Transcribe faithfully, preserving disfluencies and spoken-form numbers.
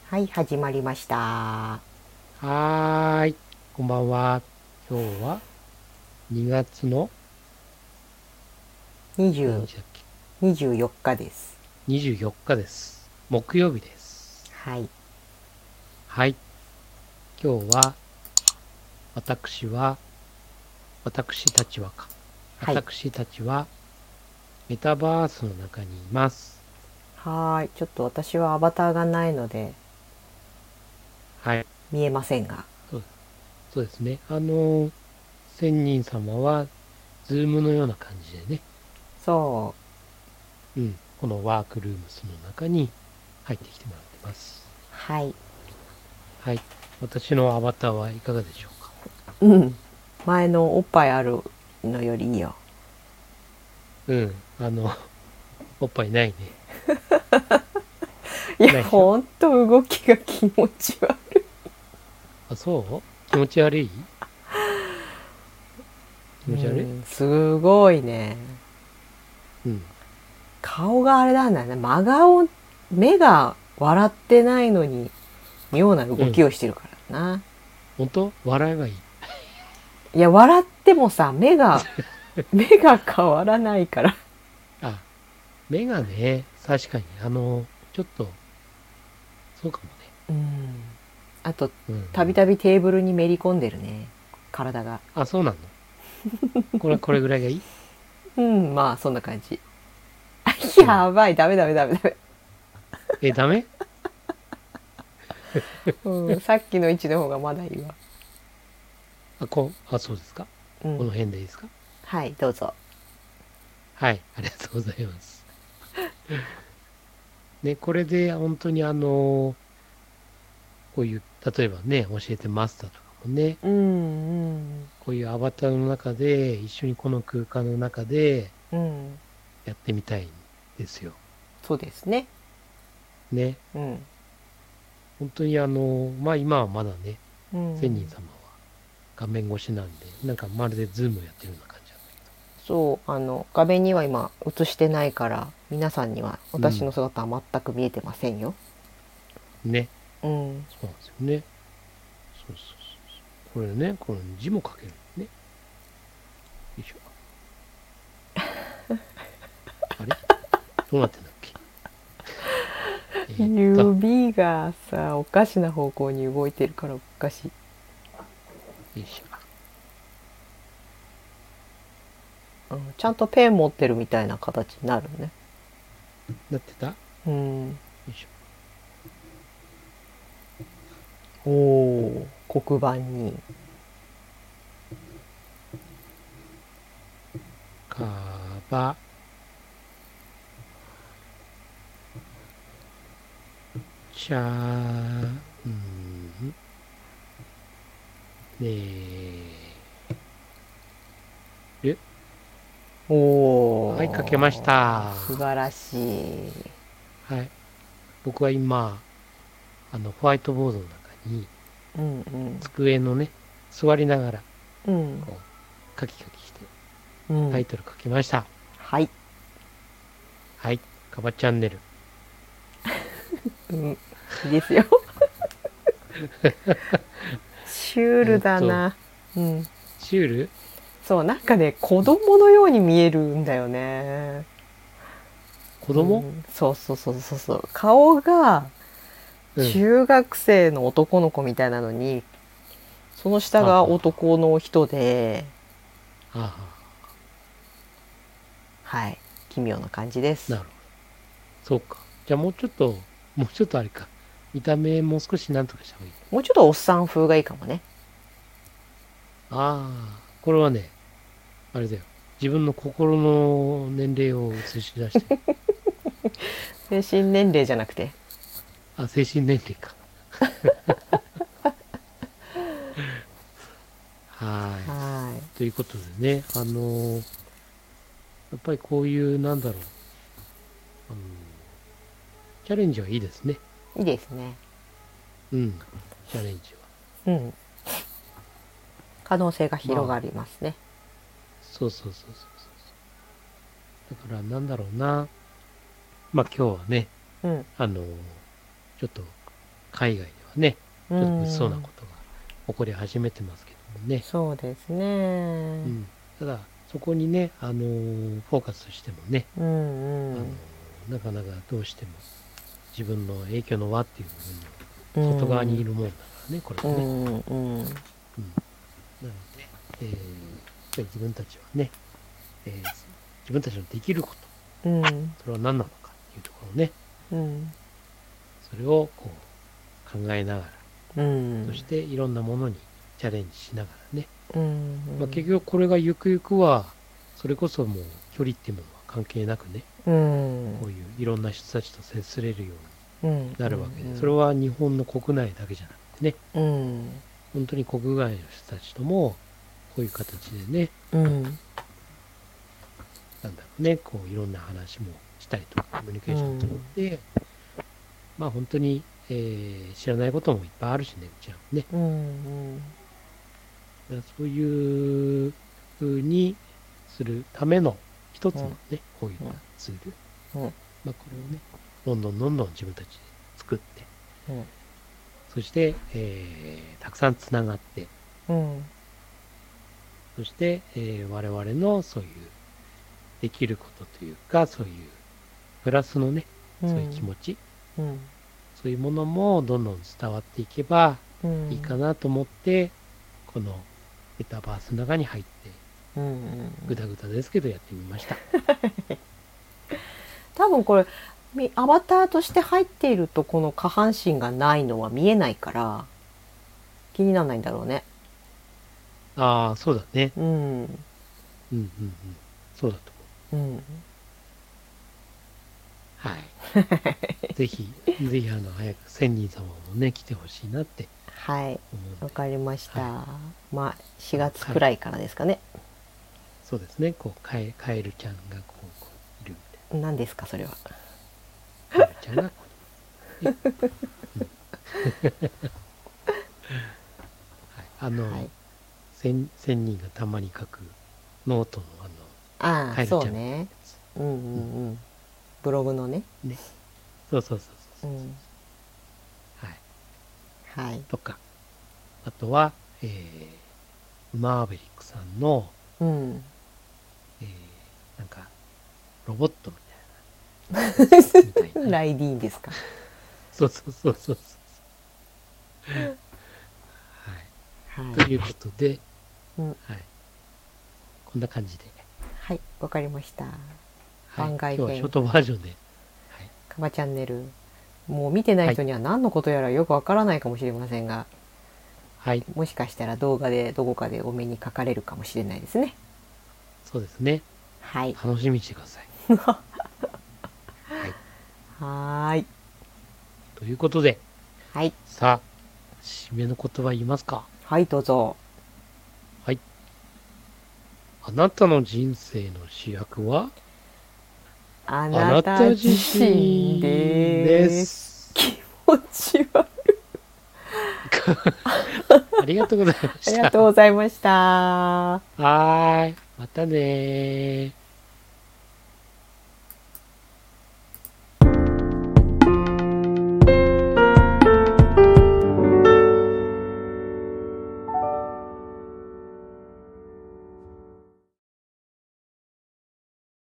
はい、始まりました。 はーい。こんばんは。今日はにがつの何日だっけ？ にじゅう、にじゅうよっかです。 にじゅうよっか です。木曜日です。 はい。 はい。今日は私は、私たちはか。 はい。 私たちはメタバースの中にいます。 はーい。ちょっと私はアバターがないのではい。 見えませんが。 そう、そうですね。あの、仙人様は、ズームのような感じでね、 そうん、このワークルームスの中に入ってきてもらってます。 う。はい。 はい。私のアバターはいかがでしょうか？ うん。前のおっぱいあるのよりいいよ。 うん。あの、おっぱいないね。 いや、 ないでしょ？ ほんと動きが気持ち悪い。 あ、そう気持ち悪い？気持ち悪い？ うん、すごいね。 うん。 顔があれなんだね。真顔、目が笑ってないのに妙な動きうん。 をしてるからな。 本当笑えばいい。 いや、笑ってもさ、目が、目が変わらないから。 あ、目がね、確かに、あの、ちょっと、そうかもね。 うん。あと、 うんうん。 たびたびテーブルにめり込んでるね。体が。 あ、そうなの？これ、これぐらいがいい？ うん、まあ、そんな感じ。 うん。 やばい、ダメダメダメダメ。 え、ダメ？ うん、さっきの位置の方がまだいいわ。 あ、こう、あ、そうですか？ うん。 この辺でいいですか？ はい、どうぞ。 はい。ありがとうございます。ね、これで、本当にあの、こういう、例えばね、教えてマスターとかもね、 うん、うん、 こういうアバターの中で、一緒にこの空間の中でうん。 やってみたいんですよ。 そうですね。 ね。 うん、 本当にあの、まあ今はまだね、 うん。 仙人様は画面越しなんで、なんかまるでズームやってるような感じなんだけそう、あの、画面には今映してないから、皆さんにはど。う私のん。 姿は全く見えてませんよ。 ね。 うん。 そうなんですよね。そうそうそうそう。これね、この字も書けるね。よいしょ。あれどうなってんだっけ？えーっと、 指がさ、おかしな方向に動いてるからおかしい。 よいしょ。 うん、ちゃんとペン持ってるみたいな形になるね。 なってた？ようん。 いしょ。 おお、黒板に。 かば、ちゃ、うん、ねる。 おはい、書けましお、素た。 晴らしい。 はい。僕は今、あの、ホワイトボードの中に、 うんうん机のね、座りながら、 うんこう、カキカキして、 うん。 タイトル書きました。 はい。 はい。カバチャンネル。 うん、いいですよ。シュールえーっと、 だな。うん。 シュール。 そう、なんかね、子供のように見えるんだよね。 子供。 うん、そうそうそうそうそう。顔がうん。 中学生の男の子みたいなのに、その下はあ、はがあは男の人で、 あ、はあ、はあ。 はい、奇妙な感じです。 なるほど。そうか。じゃあもうちょっと、もうちょっとあれか。見た目もう少しなんとかした方がいい。 もうちょっとおっさん風がいいかもね。 ああ、これはね、あれだよ。自分の心の年齢を映し出してる。 精神年齢じゃなくて。 あ、精神年齢か。はい。 はということでね、あのーやっぱりこういう、なんだろう、あのーチャレンジはいいですね。 い。いいですね。 うん。チャレンジは。 うん。可能性が広がまあ、 りますね。 そうそうそうそうそう。だから、なんだろうな。まあ今日はね、 うん。 あのーちょっと海外ではね、ちうょっと物騒なこん。 とが起こり始めてますけどもね。 そうですうね。 ん。ただ、そこにね、あのーフォーカスしてもね、 うあのんーなかなかどうしても自分の影響の輪っていう部分うの外側にいん。 るもんだからね、これうはね。 ん。うん。 うん。なので、えーやっぱり自分たちはね、えー自分たちのできること、 うん。 それは何なのかっていうところをね、 うん。 それをこう考えながら、 うそん。 していろんなものにチャレンジしながらね、 うまあ、 ん。 結局これがゆくゆくは、それこそもう距離っていうものは関係なくね、 うん。 こういういろんな人たちと接すれるようにうん。 なるわけで、それは日本の国内だけじゃなくてね、 うん。 本当に国外の人たちとも、こういう形でね、 うん。 なんだろうね、こういろんな話もしたりとか、コミュニケーションを取って、まあ本当に、えー知らないこともいっぱいあるしね、うちらもね。 うん。 だからそういう風にするための一つのね、こういったツール。 うん。 まあこれをね、どんどんどんどん自分たちで作って、 うん。 そして、えーたくさんつながって、 うん。 そして、えー我々のそういうできることというか、そういうプラスのね、 うん。 そういう気持ち、 うん。 そういうものもどんどん伝わっていけばうん。 いいかなと思って、このメタバースの中に入って、 うん。 ぐだぐだですけどやってみました。 多分これみアバターとして入っているとこの下半身がないのは見えないから気にならないんだろうね。 ああ、そうだね。 うん。 うんうんうん。そうだと思う。 うん。 はい。ぜひ、ぜひあの、早く千人様もね、来てほしいなってはい。 思うんで。 わかりました。 はまあしがつくらいからですかね。 そうですね。こう、カエカエルちゃんがこう、こういるみ何ですかそれは。 たいな。カエルちゃんがこう、ねはい。あの、 はい。 千、千人がたまに書くノートのあの、 ああ、 カエルちゃんそうね。うんううんんうん。ブログのね。 ね。そうそうそうそうう。 ん。 はい。 はい。 とか、あとは、えー、マーベリックさんの、 うん。 えー、なんか、ロボットみたいな、みたいな。 ライディーンですか。 そうそうそうそうそう。はい。 はということで、 い。うん。 はい。こんな感じで。 はい。わかりました。 はい。 番外編今日はショートバージョンで。はい。 カバチャンネル。もう見てない人には何のことやらよくわからないかもしれませんが、 はい。 もしかしたら動画でどこかでお目にかかれるかもしれないですね。 そうですね。 はい。 楽しみにしてください。はい。 はーい。 ということで、 はい。 さあ、締めの言葉言いますか。 はい、どうぞ。 はい。あなたの人生の主役はああなたなた自自身身で。 ですす。 気持ち悪い。 ありがとうございまありがした。 とうございました。 はーい。またねー。